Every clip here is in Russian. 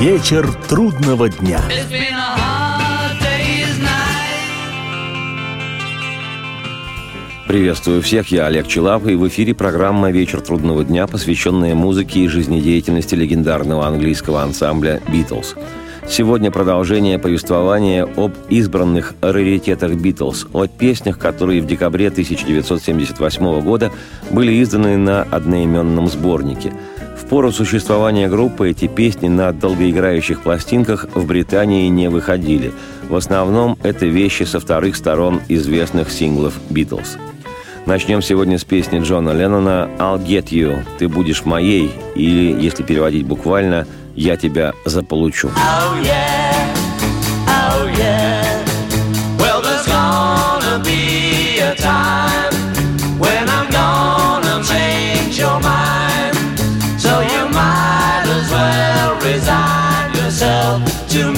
Вечер трудного дня. Приветствую всех, я Олег Челап, и в эфире программа «Вечер трудного дня», посвященная музыке и жизнедеятельности легендарного английского ансамбля «Битлз». Сегодня продолжение повествования об избранных раритетах «Битлз», о песнях, которые в декабре 1978 года были изданы на одноименном сборнике. В пору существования группы эти песни на долгоиграющих пластинках в Британии не выходили. В основном это вещи со вторых сторон известных синглов «Битлз». Начнем сегодня с песни Джона Леннона «I'll get you» – «Ты будешь моей», или, если переводить буквально, «Я тебя заполучу». Oh yeah, oh yeah. Well, there's gonna be a time when I'm gonna change your mind, so you might as well resign yourself to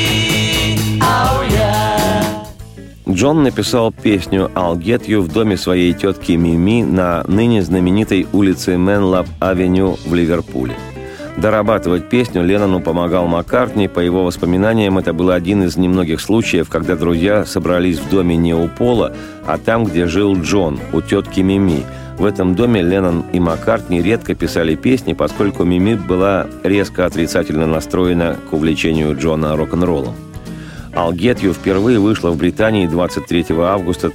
me. Oh yeah. Джон написал песню «I'll get you» в доме своей тетки Мими на ныне знаменитой улице Менлап-авеню в Ливерпуле. Дорабатывать песню Леннону помогал Маккартни. По его воспоминаниям, это был один из немногих случаев, когда друзья собрались в доме не у Пола, а там, где жил Джон, у тетки Мими. В этом доме Леннон и Маккартни редко писали песни, поскольку Мими была резко отрицательно настроена к увлечению Джона рок-н-роллом. «I'll get you» впервые вышла в Британии 23 августа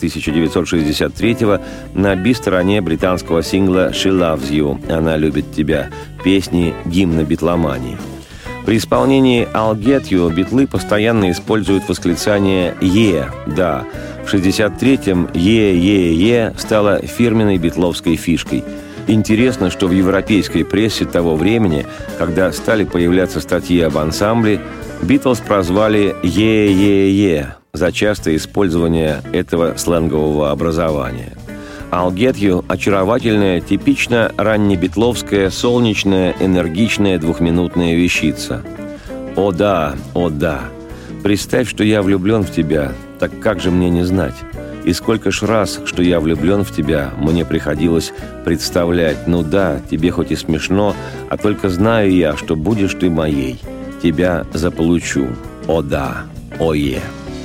1963 на би-стороне британского сингла «She Loves You» – «Она любит тебя», песни гимна битломании. При исполнении «I'll get you» битлы постоянно используют восклицание «Yeah», «да». В 1963-м «Yeah, yeah, yeah» стало фирменной битловской фишкой. Интересно, что в европейской прессе того времени, когда стали появляться статьи об ансамбле, «Битлз» прозвали «Е-е-е» за частое использование этого сленгового образования. «I'll get you» – очаровательная, типично раннебитловская, солнечная, энергичная двухминутная вещица. «О да, о да! Представь, что я влюблен в тебя, так как же мне не знать? И сколько ж раз, что я влюблен в тебя, мне приходилось представлять. Ну да, тебе хоть и смешно, а только знаю я, что будешь ты моей. Тебя заполучу. О да, о е».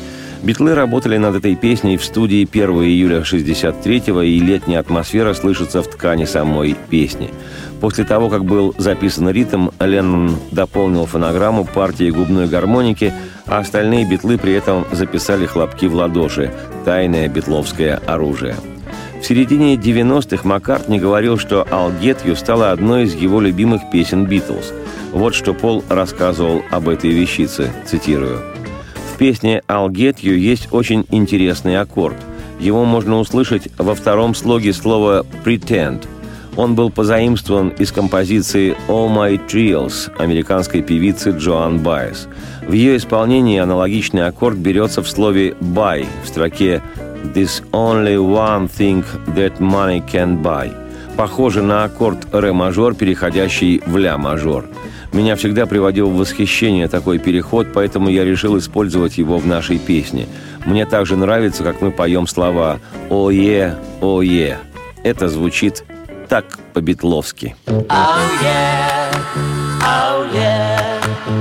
Битлы работали над этой песней в студии 1 июля 1963-го, и летняя атмосфера слышится в ткани самой песни. После того, как был записан ритм, Леннон дополнил фонограмму партией губной гармоники, а остальные битлы при этом записали хлопки в ладоши – тайное битловское оружие. В середине 90-х Маккартни говорил, что «I'll get you» стала одной из его любимых песен «Битлз». Вот что Пол рассказывал об этой вещице, цитирую. В песне «I'll get you» есть очень интересный аккорд. Его можно услышать во втором слоге слова «pretend». Он был позаимствован из композиции «All My Trials» американской певицы Джоан Байес. В ее исполнении аналогичный аккорд берется в слове «buy» в строке «There's only one thing that money can buy». Похоже на аккорд ре-мажор, переходящий в ля-мажор. Меня всегда приводил в восхищение такой переход, поэтому я решил использовать его в нашей песне. Мне также нравится, как мы поем слова «О-е, о-е». Это звучит так по-битловски. Oh yeah, oh yeah,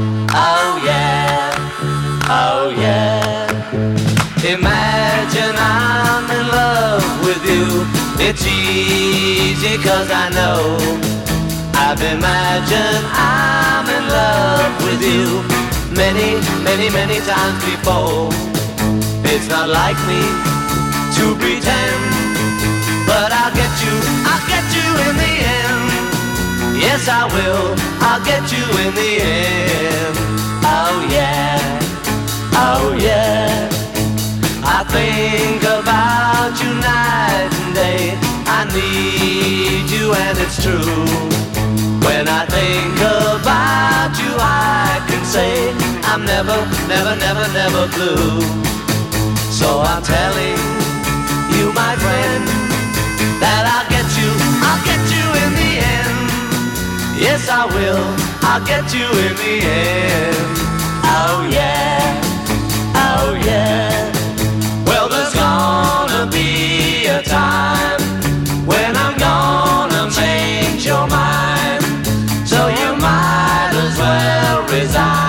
oh yeah, oh yeah. Imagine I'm in love with you. It's easy 'cause I know I've imagined I'm in love with you many, many, many times before. It's not like me to pretend, but I'll get you in the end. Yes, I will, I'll get you in the end. Oh yeah, oh yeah. I think about you night and day. I need you and it's true. When I think about you, I can say I'm never, never, never, never blue. So I'm telling you, my friend, that I'll get you in the end. Yes, I will, I'll get you in the end. Oh yeah, oh yeah. Well, there's gonna be a time when I'm gonna change your mind, so you might as well resign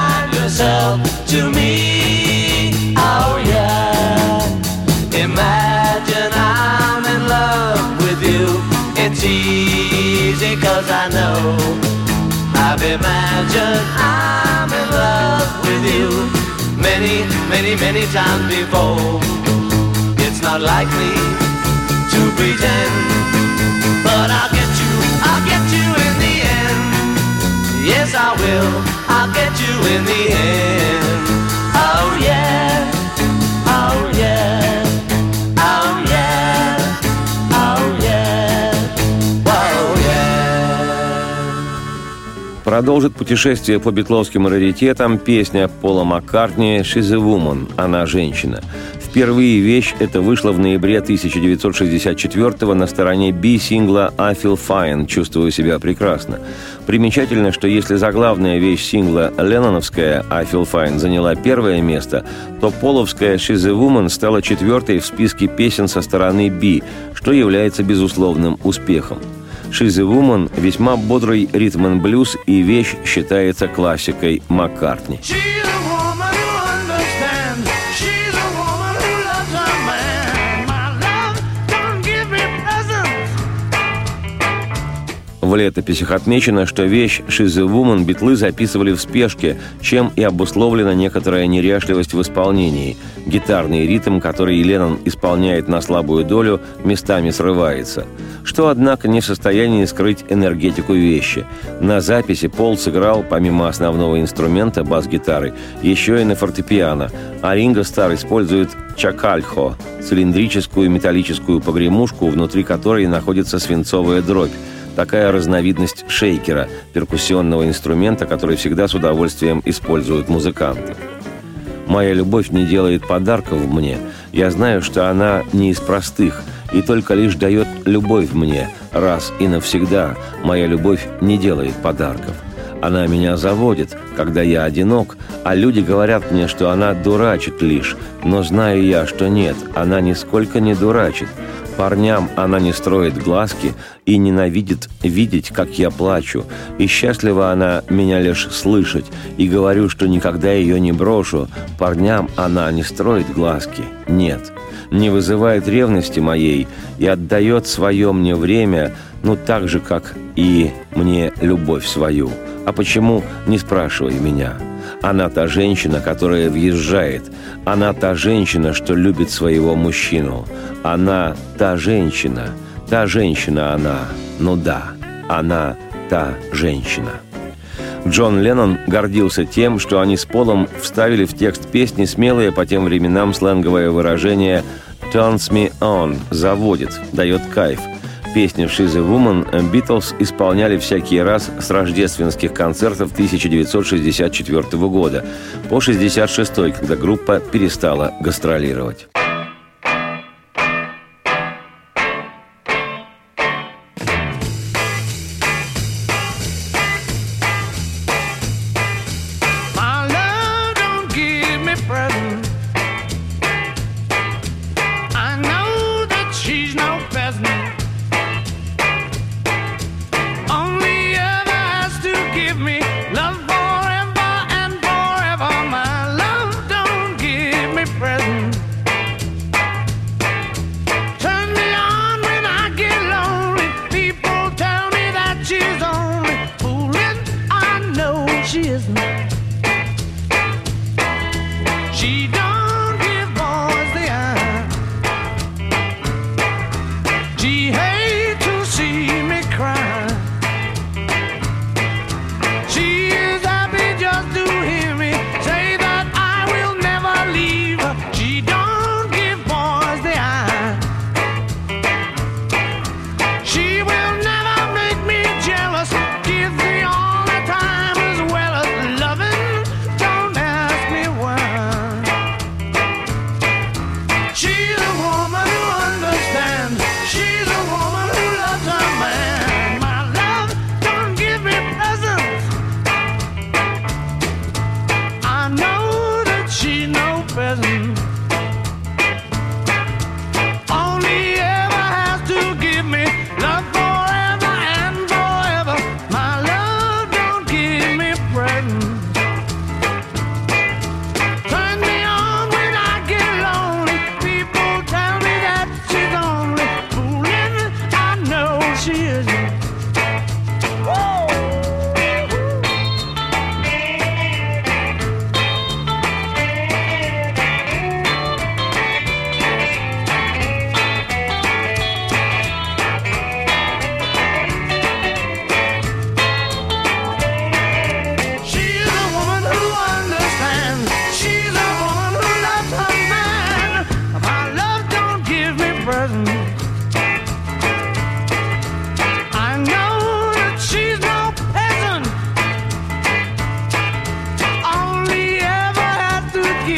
imagine I'm in love with you many, many, many times before. It's not like me to pretend, but I'll get you in the end. Yes, I will, I'll get you in the end. Oh yeah, oh yeah, oh yeah, oh yeah, oh yeah. Продолжит путешествие по битловским раритетам песня Пола Маккартни «She's a Woman» – «Она женщина». Впервые вещь эта вышла в ноябре 1964-го на стороне B сингла «I Feel Fine» – «Чувствую себя прекрасно». Примечательно, что если заглавная вещь сингла ленноновская «I Feel Fine» заняла первое место, то половская «She's a Woman» стала четвертой в списке песен со стороны B, что является безусловным успехом. «She's a Woman» – весьма бодрый ритм-н-блюз, и вещь считается классикой Маккартни. В летописях отмечено, что вещь «She's a Woman» битлы записывали в спешке, чем и обусловлена некоторая неряшливость в исполнении. Гитарный ритм, который Леннон исполняет на слабую долю, местами срывается. Что, однако, не в состоянии скрыть энергетику вещи. На записи Пол сыграл, помимо основного инструмента бас-гитары, еще и на фортепиано, а Ринго Старр использует чакальхо – цилиндрическую металлическую погремушку, внутри которой находится свинцовая дробь. Такая разновидность шейкера, перкуссионного инструмента, который всегда с удовольствием используют музыканты. «Моя любовь не делает подарков мне. Я знаю, что она не из простых, и только лишь дает любовь мне. Раз и навсегда моя любовь не делает подарков. Она меня заводит, когда я одинок, а люди говорят мне, что она дурачит лишь, но знаю я, что нет, она нисколько не дурачит. Парням она не строит глазки и ненавидит видеть, как я плачу. И счастлива она меня лишь слышать. И говорю, что никогда ее не брошу. Парням она не строит глазки. Нет. Не вызывает ревности моей и отдает свое мне время, ну так же, как и мне любовь свою. А почему, не спрашивай меня. Она та женщина, которая въезжает. Она та женщина, что любит своего мужчину. Она та женщина она. Ну да, она та женщина. Джон Леннон гордился тем, что они с Полом вставили в текст песни смелое по тем временам сленговое выражение «turns me on» – «заводит», «дает кайф». Песню «She's a Woman» Битлз исполняли всякий раз с рождественских концертов 1964 года по 1966, когда группа перестала гастролировать.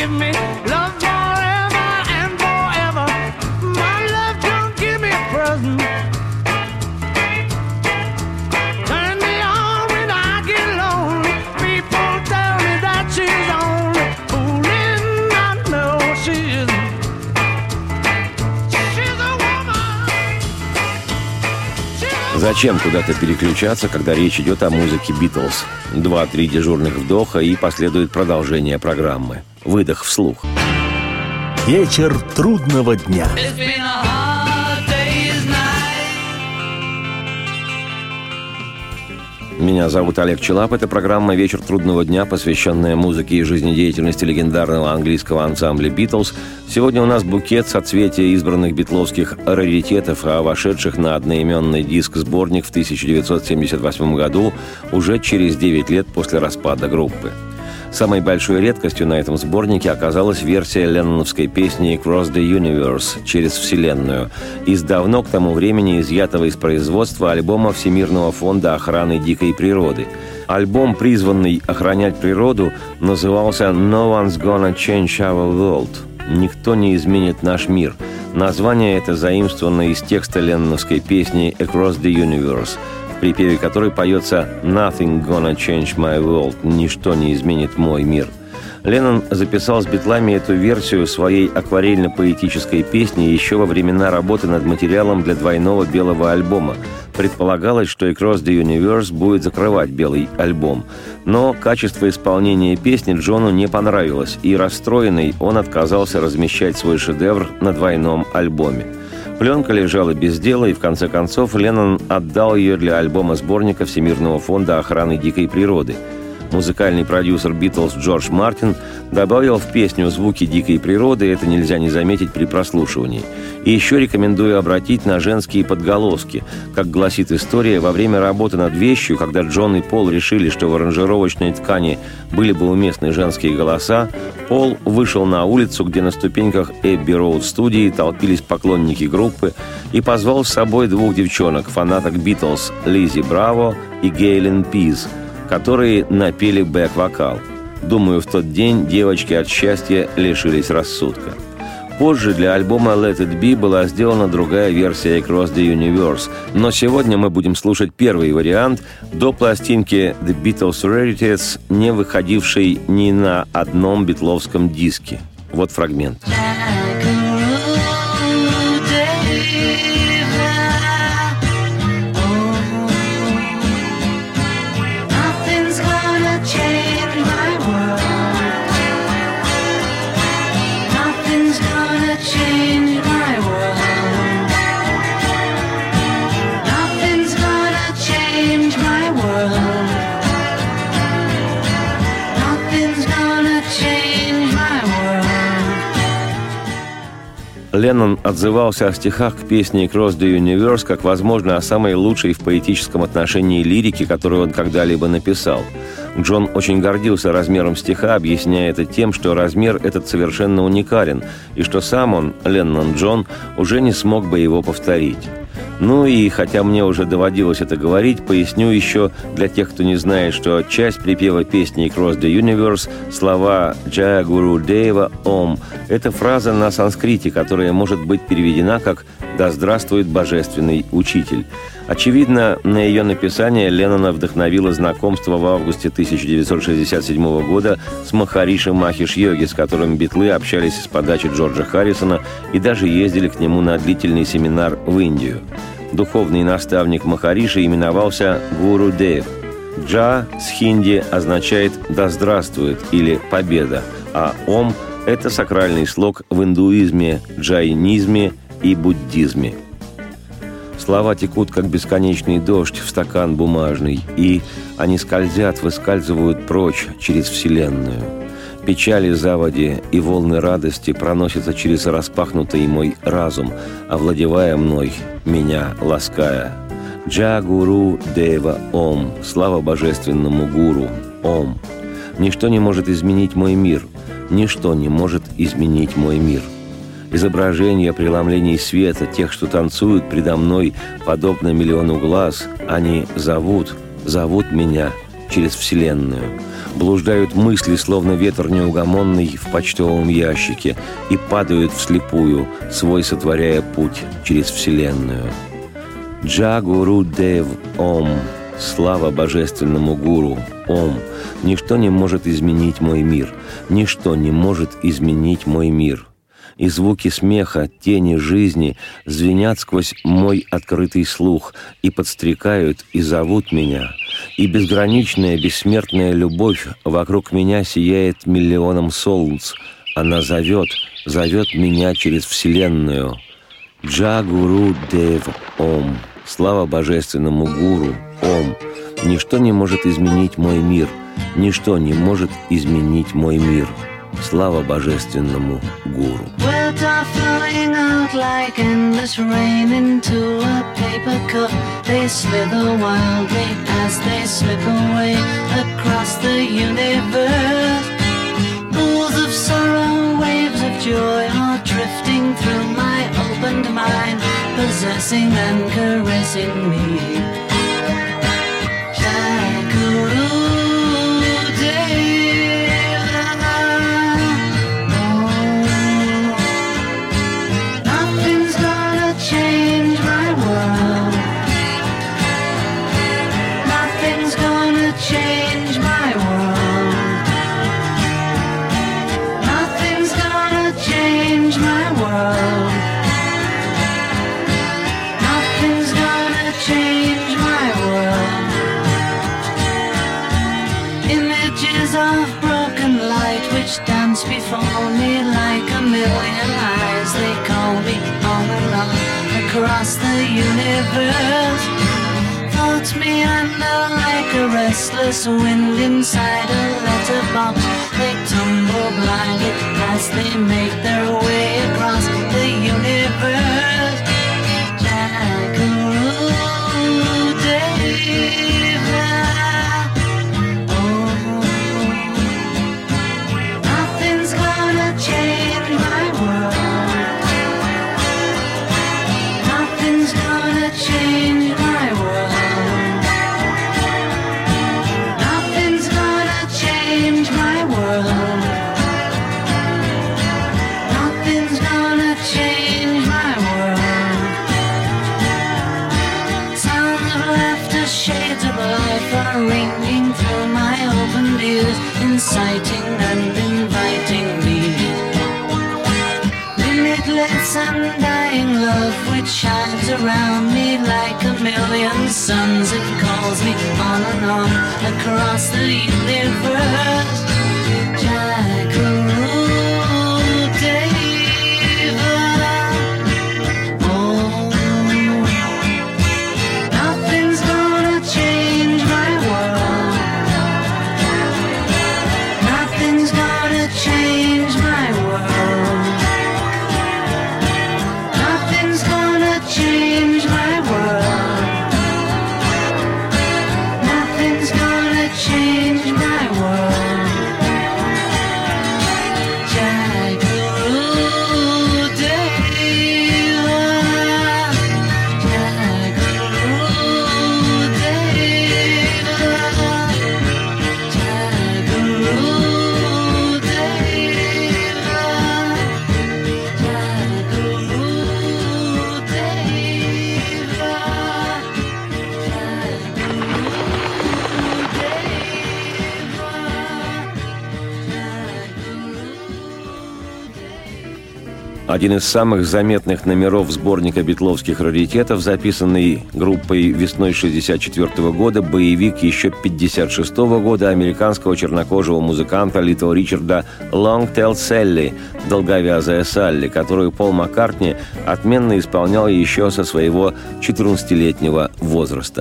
give me love forever and forever. My love don't give me a present. Turn me on when I get lonely. People tell me that she's only fooling. I know she isn't. She's a woman. Зачем куда-то переключаться, когда речь идет о музыке Битлз? 2-3 дежурных вдоха и последует продолжение программы. Выдох вслух. Вечер трудного дня. It's been a hard day's night. Меня зовут Олег Челап. Это программа «Вечер трудного дня», посвященная музыке и жизнедеятельности легендарного английского ансамбля «Битлз». Сегодня у нас букет соцветия избранных битловских раритетов, а вошедших на одноименный диск-сборник в 1978 году, уже через 9 лет после распада группы. Самой большой редкостью на этом сборнике оказалась версия ленноновской песни «Across the Universe» «Через Вселенную», из давно к тому времени изъятого из производства альбома Всемирного фонда охраны дикой природы. Альбом, призванный охранять природу, назывался «No one's gonna change our world» – «Никто не изменит наш мир». Название это заимствовано из текста ленноновской песни «Across the Universe», в припеве которой поется «Nothing gonna change my world» – «Ничто не изменит мой мир». Леннон записал с Битлами эту версию своей акварельно-поэтической песни еще во времена работы над материалом для двойного белого альбома. Предполагалось, что «Across the Universe» будет закрывать белый альбом. Но качество исполнения песни Джону не понравилось, и расстроенный он отказался размещать свой шедевр на двойном альбоме. Пленка лежала без дела, и в конце концов Леннон отдал ее для альбома-сборника Всемирного фонда охраны дикой природы. Музыкальный продюсер «Битлз» Джордж Мартин добавил в песню звуки дикой природы, это нельзя не заметить при прослушивании. И еще рекомендую обратить на женские подголоски. Как гласит история, во время работы над вещью, когда Джон и Пол решили, что в аранжировочной ткани были бы уместны женские голоса, Пол вышел на улицу, где на ступеньках Эбби-Роуд студии толпились поклонники группы, и позвал с собой двух девчонок, фанаток «Битлз» Лиззи Браво и Гейлин Пиз, которые напели бэк-вокал. Думаю, в тот день девочки от счастья лишились рассудка. Позже для альбома «Let It Be» была сделана другая версия «Across the Universe», но сегодня мы будем слушать первый вариант до пластинки «The Beatles Rarities», не выходившей ни на одном битловском диске. Вот фрагмент. Леннон отзывался о стихах к песне «Across the Universe» как, возможно, о самой лучшей в поэтическом отношении лирике, которую он когда-либо написал. Джон очень гордился размером стиха, объясняя это тем, что размер этот совершенно уникален, и что сам он, Леннон Джон, уже не смог бы его повторить. Ну и, хотя мне уже доводилось это говорить, поясню еще для тех, кто не знает, что часть припева песни «Across the Universe» слова «Джая Гуру Дева Ом» — это фраза на санскрите, которая может быть переведена как «Да здравствует божественный учитель». Очевидно, на ее написание Леннона вдохновило знакомство в августе 1967 года с Махариши Махеш Йоги, с которым битлы общались с подачи Джорджа Харрисона и даже ездили к нему на длительный семинар в Индию. Духовный наставник Махариши именовался Гуру Дев. Джа с хинди означает «да здравствует» или «победа», а Ом – это сакральный слог в индуизме, джайнизме и буддизме. Слова текут, как бесконечный дождь в стакан бумажный, и они скользят, выскальзывают прочь через Вселенную. Печали заводи и волны радости проносятся через распахнутый мой разум, овладевая мной, меня лаская. Джа Гуру Дева Ом, слава божественному гуру Ом. Ничто не может изменить мой мир, ничто не может изменить мой мир. Изображения преломлений света, тех, что танцуют предо мной, подобно миллиону глаз, они зовут меня через вселенную. Блуждают мысли, словно ветер неугомонный в почтовом ящике, и падают вслепую, свой сотворяя путь через вселенную. Джа Гуру Дев Ом. Слава божественному гуру Ом. Ничто не может изменить мой мир. Ничто не может изменить мой мир. И звуки смеха, тени жизни звенят сквозь мой открытый слух и подстрекают, и зовут меня. И безграничная, бессмертная любовь вокруг меня сияет миллионом солнц. Она зовет меня через вселенную. Джа Гуру Дев Ом. Слава божественному гуру Ом. Ничто не может изменить мой мир. Ничто не может изменить мой мир. Слава божественному гуру. Words are flowing out like endless rain into a paper cup. They slither wildly as they slip away across the universe. Pools of sorrow, waves of joy are drifting through my opened mind, possessing and caressing me. Dance before me like a million eyes. They call me on and on across the universe. Thoughts meander like a restless wind inside a letterbox. They tumble blindly as they make their way across the universe. Jackaroo Deva. Ringing through my open ears, inciting and inviting me. Limitless undying love which shines around me like a million suns. It calls me on and on across the universe. Jackaroo Deva. Один из самых заметных номеров сборника битловских раритетов, записанный группой весной 1964 года, боевик еще 1956 года американского чернокожего музыканта Литл Ричарда «Long-Tail Sally» «Долговязая Салли», которую Пол Маккартни отменно исполнял еще со своего 14-летнего возраста.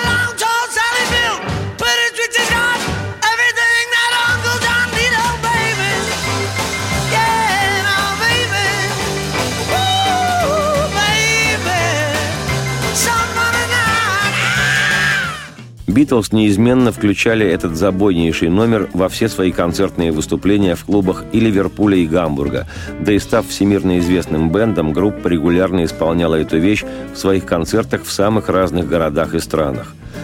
Битлз неизменно включали этот забойнейший номер во все свои концертные выступления в клубах и Ливерпуля, и Гамбурга. Да и став всемирно известным бэндом, группа регулярно исполняла эту вещь в своих концертах в самых разных городах и странах.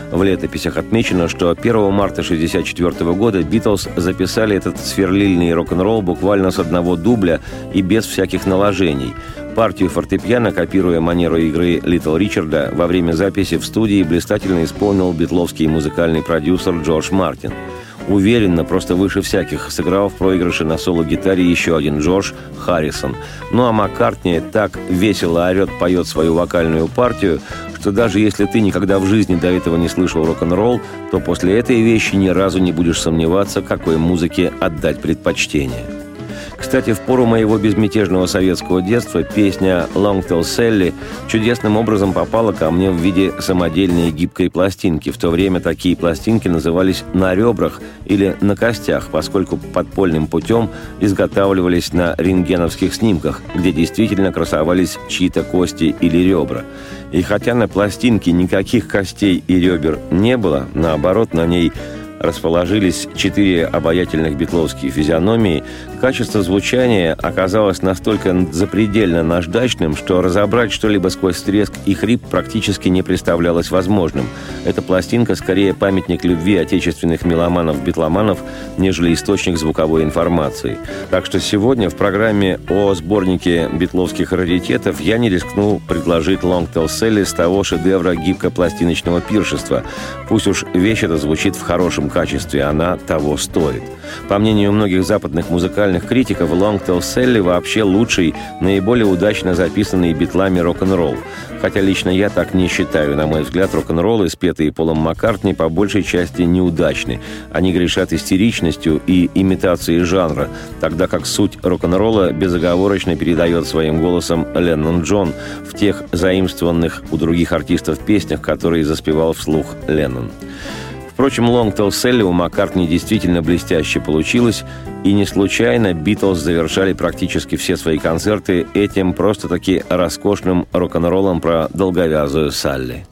В летописях отмечено, что 1 марта 1964 года «Битлз» записали этот сверлильный рок-н-ролл буквально с одного дубля и без всяких наложений. Партию фортепиано, копируя манеру игры Литл Ричарда, во время записи в студии блистательно исполнил битловский музыкальный продюсер Джордж Мартин. Уверенно, просто выше всяких, сыграл в проигрыше на соло-гитаре еще один Джордж Харрисон. Ну а Маккартни так весело орет, поет свою вокальную партию, что даже если ты никогда в жизни до этого не слышал рок-н-ролл, то после этой вещи ни разу не будешь сомневаться, какой музыке отдать предпочтение. Кстати, в пору моего безмятежного советского детства песня «Long Tall Sally» чудесным образом попала ко мне в виде самодельной гибкой пластинки. В то время такие пластинки назывались «на ребрах» или «на костях», поскольку подпольным путем изготавливались на рентгеновских снимках, где действительно красовались чьи-то кости или ребра. И хотя на пластинке никаких костей и ребер не было, наоборот, на ней расположились 4 обаятельных битловские физиономии, качество звучания оказалось настолько запредельно наждачным, что разобрать что-либо сквозь треск и хрип практически не представлялось возможным. Эта пластинка скорее памятник любви отечественных меломанов-битломанов, нежели источник звуковой информации. Так что сегодня в программе о сборнике битловских раритетов я не рискну предложить «Long Tall Sally» с того шедевра гибко-пластиночного пиршества. Пусть уж вещь эта звучит в хорошем качестве, она того стоит. По мнению многих западных музыкальных критиков, «Long Tall Sally» вообще лучший, наиболее удачно записанный битлами рок-н-ролл. Хотя лично я так не считаю. На мой взгляд, рок-н-роллы, спетые Полом Маккартни, по большей части неудачны. Они грешат истеричностью и имитацией жанра, тогда как суть рок-н-ролла безоговорочно передает своим голосом Леннон Джон в тех заимствованных у других артистов песнях, которые заспевал вслух Леннон. Впрочем, «Long Tall Sally» у Маккартни действительно блестяще получилось, и не случайно «Битлз» завершали практически все свои концерты этим просто-таки роскошным рок-н-роллом про долговязую Салли.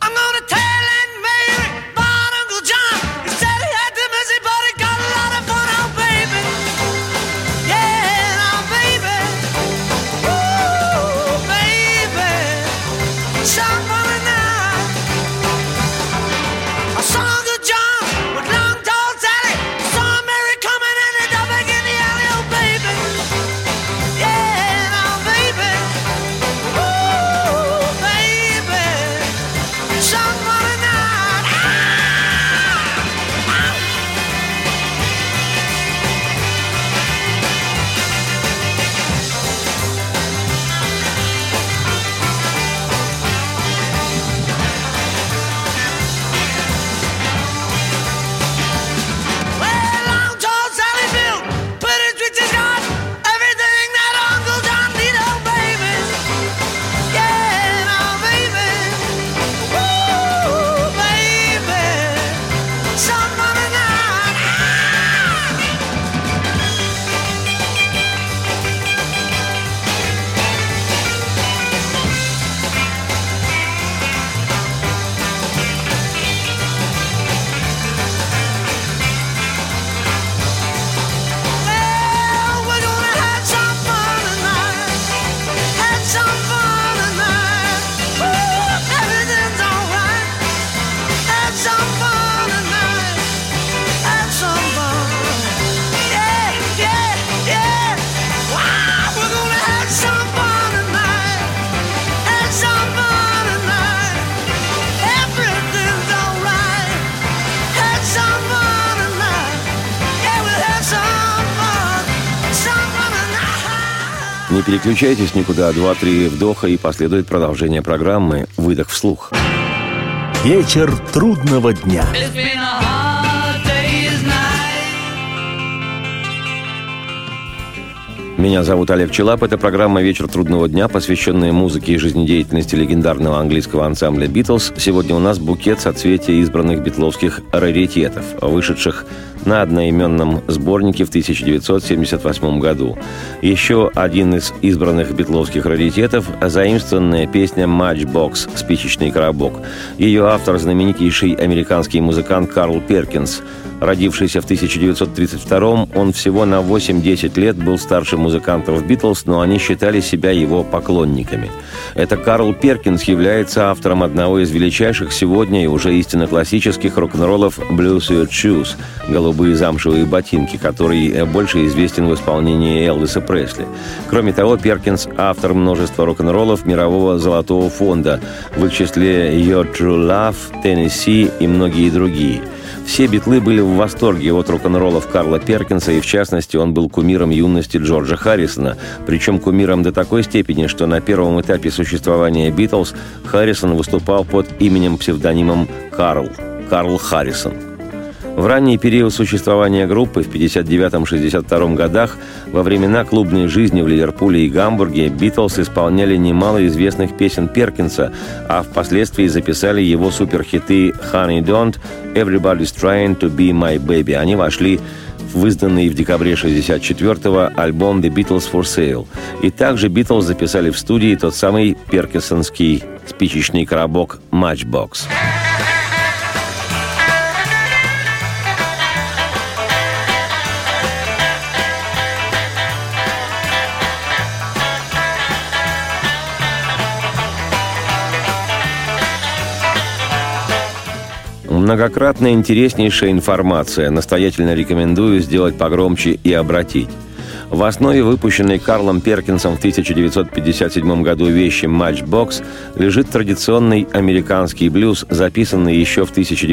Не переключайтесь никуда, 2-3 вдоха, и последует продолжение программы «Выдох вслух». Вечер трудного дня. Меня зовут Олег Челап. Это программа «Вечер трудного дня», посвященная музыке и жизнедеятельности легендарного английского ансамбля «Битлз». Сегодня у нас букет соцветия избранных битловских раритетов, вышедших на одноименном сборнике в 1978 году. Еще один из избранных битловских раритетов – заимствованная песня «Matchbox» – «Спичечный коробок». Ее автор – знаменитейший американский музыкант Карл Перкинс. Родившийся в 1932-м, он всего на 8-10 лет был старше музыкантов «Битлз», но они считали себя его поклонниками. Это Карл Перкинс является автором одного из величайших сегодня и уже истинно классических рок-н-роллов «Blue Suede Shoes» – «Голубые замшевые ботинки», который больше известен в исполнении Элвиса Пресли. Кроме того, Перкинс – автор множества рок-н-роллов мирового золотого фонда, в их числе «Your True Love», «Tennessee» и многие другие. Все битлы были в восторге от рок-н-роллов Карла Перкинса, и в частности он был кумиром юности Джорджа Харрисона, причем кумиром до такой степени, что на первом этапе существования Битлз Харрисон выступал под именем-псевдонимом Карл Харрисон. В ранний период существования группы в 1959-1962 годах, во времена клубной жизни в Ливерпуле и Гамбурге, Битлз исполняли немало известных песен Перкинса, а впоследствии записали его суперхиты «Honey Don't», «Everybody's Trying to Be My Baby». Они вошли в изданный в декабре 1964-го альбом «The Beatles for Sale». И также Битлз записали в студии тот самый перкинсонский спичечный коробок «Matchbox». Многократно интереснейшая информация. Настоятельно рекомендую сделать погромче и обратить. В основе выпущенной Карлом Перкинсом в 1957 году вещи «Matchbox» лежит традиционный американский блюз, записанный еще в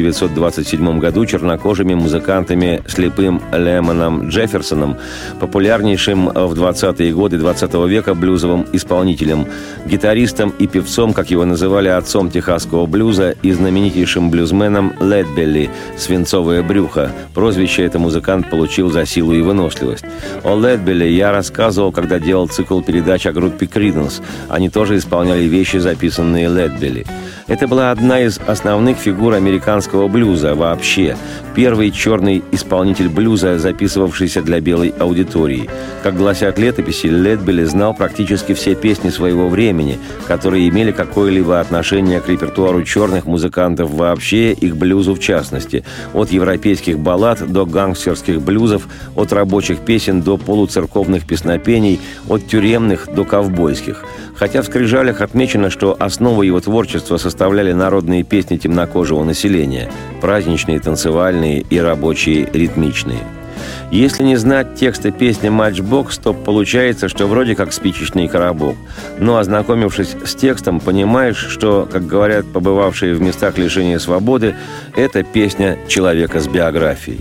1927 году чернокожими музыкантами Слепым Лемоном Джефферсоном, популярнейшим в 20-е годы 20 века блюзовым исполнителем, гитаристом и певцом, как его называли, отцом техасского блюза, и знаменитейшим блюзменом Ледбелли «Свинцовое брюхо». Прозвище этот музыкант получил за силу и выносливость. О Ледбелли я рассказывал, когда делал цикл передач о группе Creedence. Они тоже исполняли вещи, записанные Ледбелли. Это была одна из основных фигур американского блюза вообще. Первый черный исполнитель блюза, записывавшийся для белой аудитории. Как гласят летописи, Ледбелли знал практически все песни своего времени, которые имели какое-либо отношение к репертуару черных музыкантов вообще и к блюзу в частности. От европейских баллад до гангстерских блюзов, от рабочих песен до полуцерковных песнопений, от тюремных до ковбойских. Хотя в скрижалях отмечено, что основу его творчества составляли народные песни темнокожего населения, праздничные, танцевальные и рабочие ритмичные. Если не знать текста песни «Matchbox», то получается, что вроде как спичечный коробок. Но, ознакомившись с текстом, понимаешь, что, как говорят побывавшие в местах лишения свободы, это песня человека с биографией.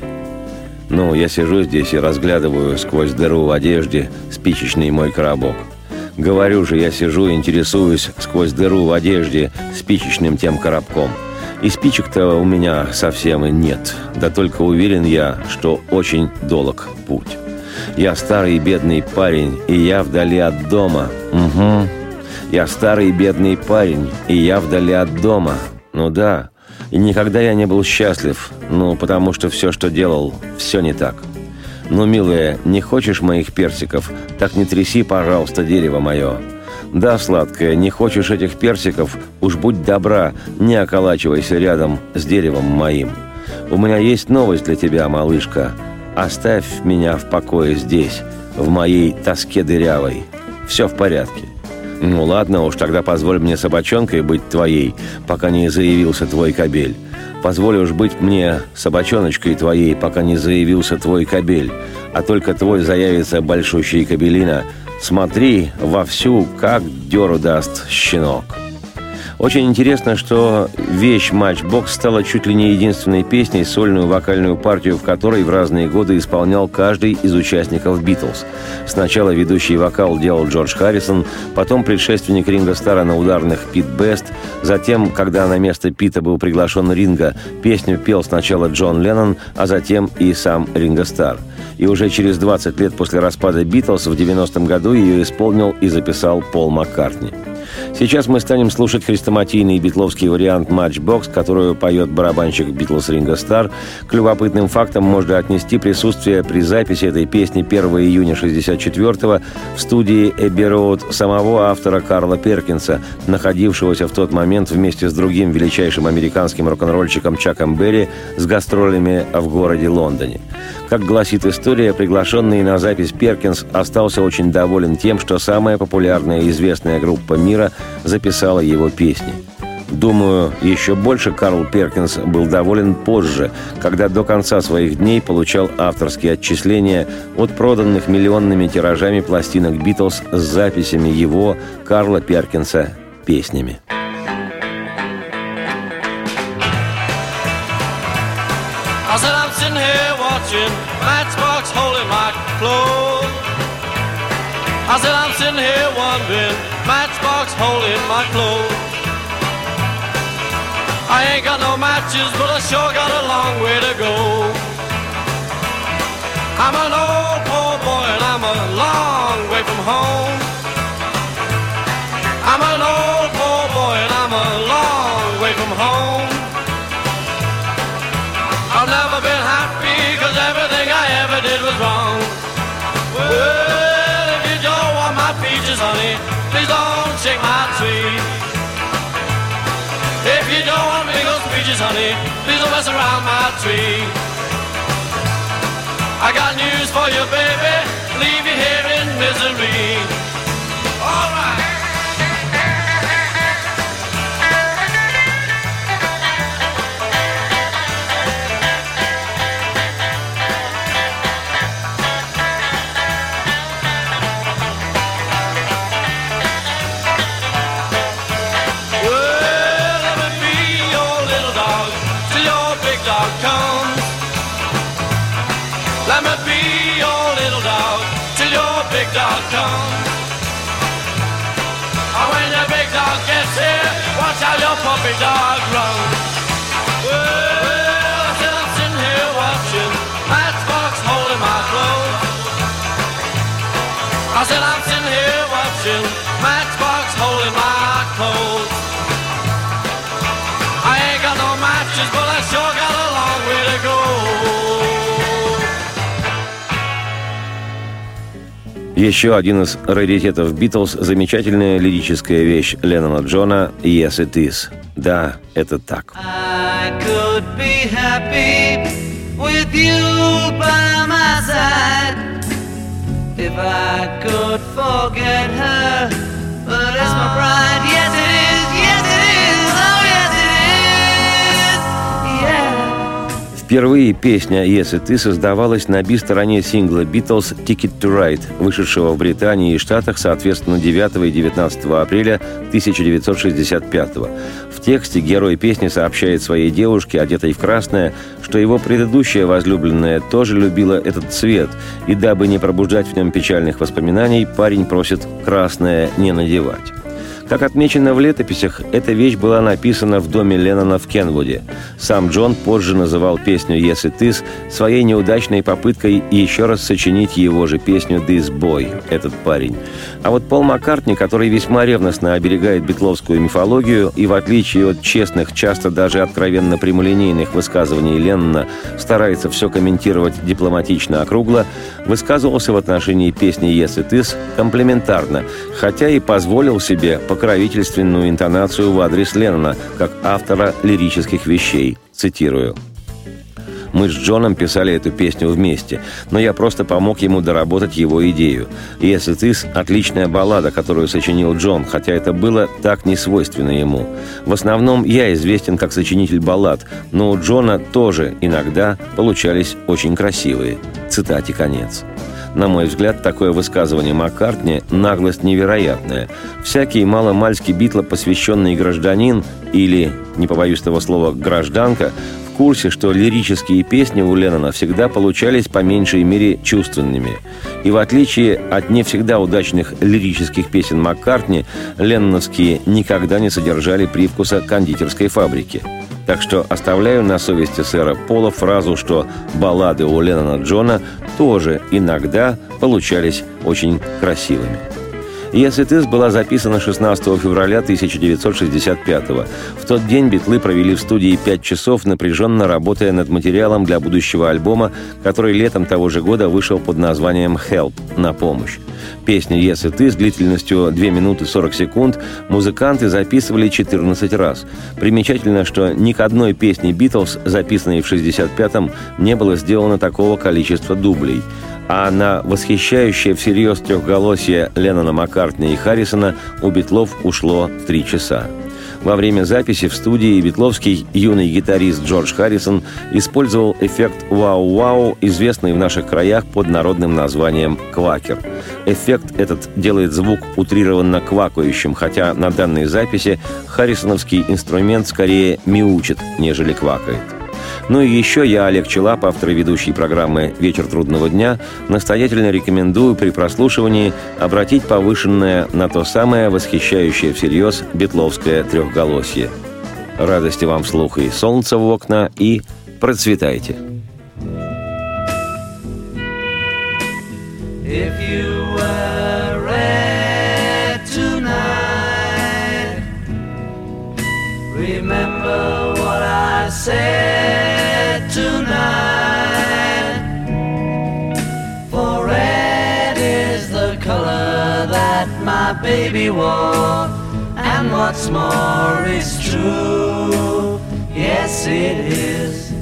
Ну, я сижу здесь и разглядываю сквозь дыру в одежде спичечный мой коробок. Говорю же, я сижу и интересуюсь сквозь дыру в одежде спичечным тем коробком. И спичек-то у меня совсем и нет. Да только уверен я, что очень долг путь. Я старый бедный парень, и я вдали от дома. Угу. Я старый бедный парень, и я вдали от дома. Ну да. И никогда я не был счастлив. Ну, потому что все, что делал, все не так. Ну, милая, не хочешь моих персиков? Так не тряси, пожалуйста, дерево мое. Да, сладкая, не хочешь этих персиков? Уж будь добра, не околачивайся рядом с деревом моим. У меня есть новость для тебя, малышка. Оставь меня в покое здесь, в моей тоске дырявой. Все в порядке. Ну ладно уж, тогда позволь мне собачонкой быть твоей, пока не заявился твой кобель. Позволь уж быть мне собачоночкой твоей, пока не заявился твой кобель. А только твой заявится большущий кобелина. Смотри вовсю, как дёру даст щенок. Очень интересно, что вещь «Matchbox» стала чуть ли не единственной песней, сольную вокальную партию в которой в разные годы исполнял каждый из участников «Битлз». Сначала ведущий вокал делал Джордж Харрисон, потом предшественник Ринго Старра на ударных Пит Бест, затем, когда на место Пита был приглашен Ринго, песню пел сначала Джон Леннон, а затем и сам Ринго Старр. И уже через 20 лет после распада «Битлз» в 90-м году ее исполнил и записал Пол Маккартни. Сейчас мы станем слушать хрестоматийный битловский вариант «Matchbox», которую поет барабанщик Битлз Ринго Стар. К любопытным фактам можно отнести присутствие при записи этой песни 1 июня 1964-го в студии Эбби Роуд самого автора Карла Перкинса, находившегося в тот момент вместе с другим величайшим американским рок-н-ролльщиком Чаком Берри с гастролями в городе Лондоне. Как гласит история, приглашенный на запись Перкинс остался очень доволен тем, что самая популярная и известная группа мира записала его песни. Думаю, еще больше Карл Перкинс был доволен позже, когда до конца своих дней получал авторские отчисления от проданных миллионными тиражами пластинок Битлз с записями его, Карла Перкинса, песнями. Matchbox holding my clothes. I said I'm sitting here wondering, matchbox holding my clothes. I ain't got no matches, but I sure got a long way to go. I'm an old poor boy and I'm a long way from home. I'm an old poor boy and I'm a long way from home. I've never been happy 'cause everything I ever did was wrong. Well, if you don't want my peaches, honey, please don't shake my tree. If you don't want me those peaches, honey, please don't mess around my tree. I got news for you, baby, leave you here in misery. All right. Let me be your little dog till your big dog comes. And when your big dog gets here, watch how your puppy dog runs. Well, I said I'm sitting here watching Matchbox holding my clothes. I said I'm sitting here watching Matchbox holding my clothes. I ain't got no matches, but I sure got a long way to go. Еще один из раритетов Битлз – замечательная лирическая вещь Леннона Джона «Yes, it is». Да, это так. I could be happy with you by my side if I could forget her, but it's my pride. Yes, it is. Yes, it is. Oh, yes, it is. Yeah. Впервые песня «Yes, it is» создавалась на би-стороне сингла «Beatles» «Ticket to Ride», вышедшего в Британии и Штатах, соответственно, 9 и 19 апреля 1965 года. В тексте герой песни сообщает своей девушке, одетой в красное, что его предыдущая возлюбленная тоже любила этот цвет, и дабы не пробуждать в нем печальных воспоминаний, парень просит красное не надевать. Как отмечено в летописях, эта вещь была написана в доме Леннона в Кенвуде. Сам Джон позже называл песню «Yes, it is» своей неудачной попыткой еще раз сочинить его же песню «This boy» – «Этот парень». А вот Пол Маккартни, который весьма ревностно оберегает битловскую мифологию и, в отличие от честных, часто даже откровенно прямолинейных высказываний Леннона, старается все комментировать дипломатично округло, высказывался в отношении песни «Yes, it is» комплиментарно, хотя и позволил себе покровительственную интонацию в адрес Леннона, как автора лирических вещей. Цитирую. «Мы с Джоном писали эту песню вместе, но я просто помог ему доработать его идею. «Yes, it is» — отличная баллада, которую сочинил Джон, хотя это было так не свойственно ему. В основном я известен как сочинитель баллад, но у Джона тоже иногда получались очень красивые». Цитате конец. На мой взгляд, такое высказывание Маккартни – наглость невероятная. Всякий маломальский Битла, посвященный гражданин или, не побоюсь того слова, гражданка, в курсе, что лирические песни у Леннона всегда получались по меньшей мере чувственными. И в отличие от не всегда удачных лирических песен Маккартни, ленноновские никогда не содержали привкуса кондитерской фабрики. Так что оставляю на совести сэра Пола фразу, что баллады у Леннона Джона тоже иногда получались очень красивыми. «Yes It Is» была записана 16 февраля 1965-го. В тот день битлы провели в студии 5 часов, напряженно работая над материалом для будущего альбома, который летом того же года вышел под названием «Help» – «На помощь». Песню «Yes It Is» длительностью 2 минуты 40 секунд музыканты записывали 14 раз. Примечательно, что ни к одной песне «Битлз», записанной в 65-м, не было сделано такого количества дублей. А на восхищающее всерьез трехголосие Леннона, Маккартни и Харрисона у битлов ушло 3 часа. Во время записи в студии битловский юный гитарист Джордж Харрисон использовал эффект «Вау-вау», известный в наших краях под народным названием «квакер». Эффект этот делает звук утрированно квакающим, хотя на данной записи харрисоновский инструмент скорее мяучит, нежели квакает. Ну и еще я, Олег Челап, автор и ведущий программы «Вечер трудного дня», настоятельно рекомендую при прослушивании обратить повышенное на то самое восхищающее всерьез битловское трехголосье. Радости вам вслух и солнца в окна, и процветайте! If you were red tonight, remember what I said tonight. For red is the color that my baby wore, and what's more is true, yes it is.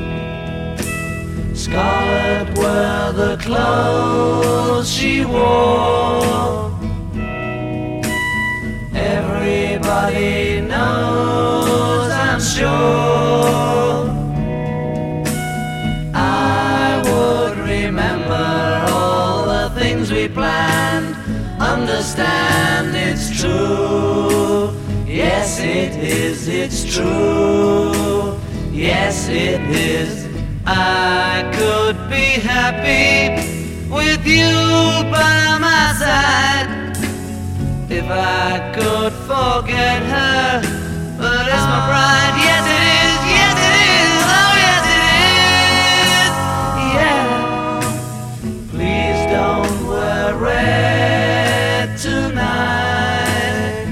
Scarlet were the clothes she wore. Everybody knows, I'm sure. I would remember all the things we planned. Understand it's true. Yes it is, it's true. Yes it is. I could be happy with you by my side if I could forget her, but it's my pride. Yes it is, yes it is, oh yes it is, yeah. Please don't wear red tonight.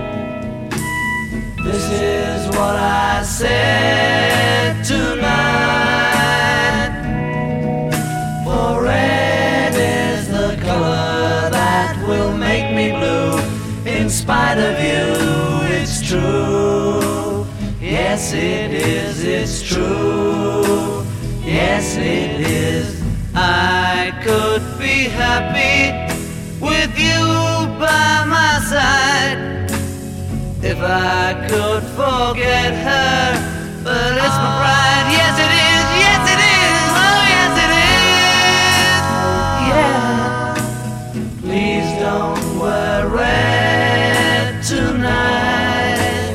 This is what I said tonight. In spite of you, it's true. Yes, it is, it's true. Yes, it is. I could be happy with you by my side if I could forget her, but it's my pride. Yes, it is, yes, it is, oh, yes, it is. Yeah. Please don't wear red tonight.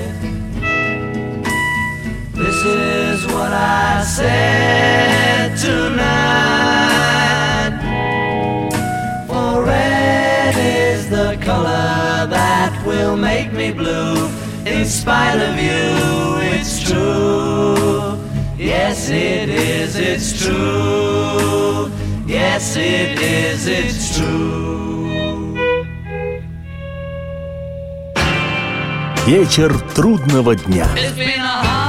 This is what I said tonight. For red is the color that will make me blue. In spite of you, it's true. Yes, it is, it's true. Yes, it is, it's true. Вечер трудного дня. It's been a hard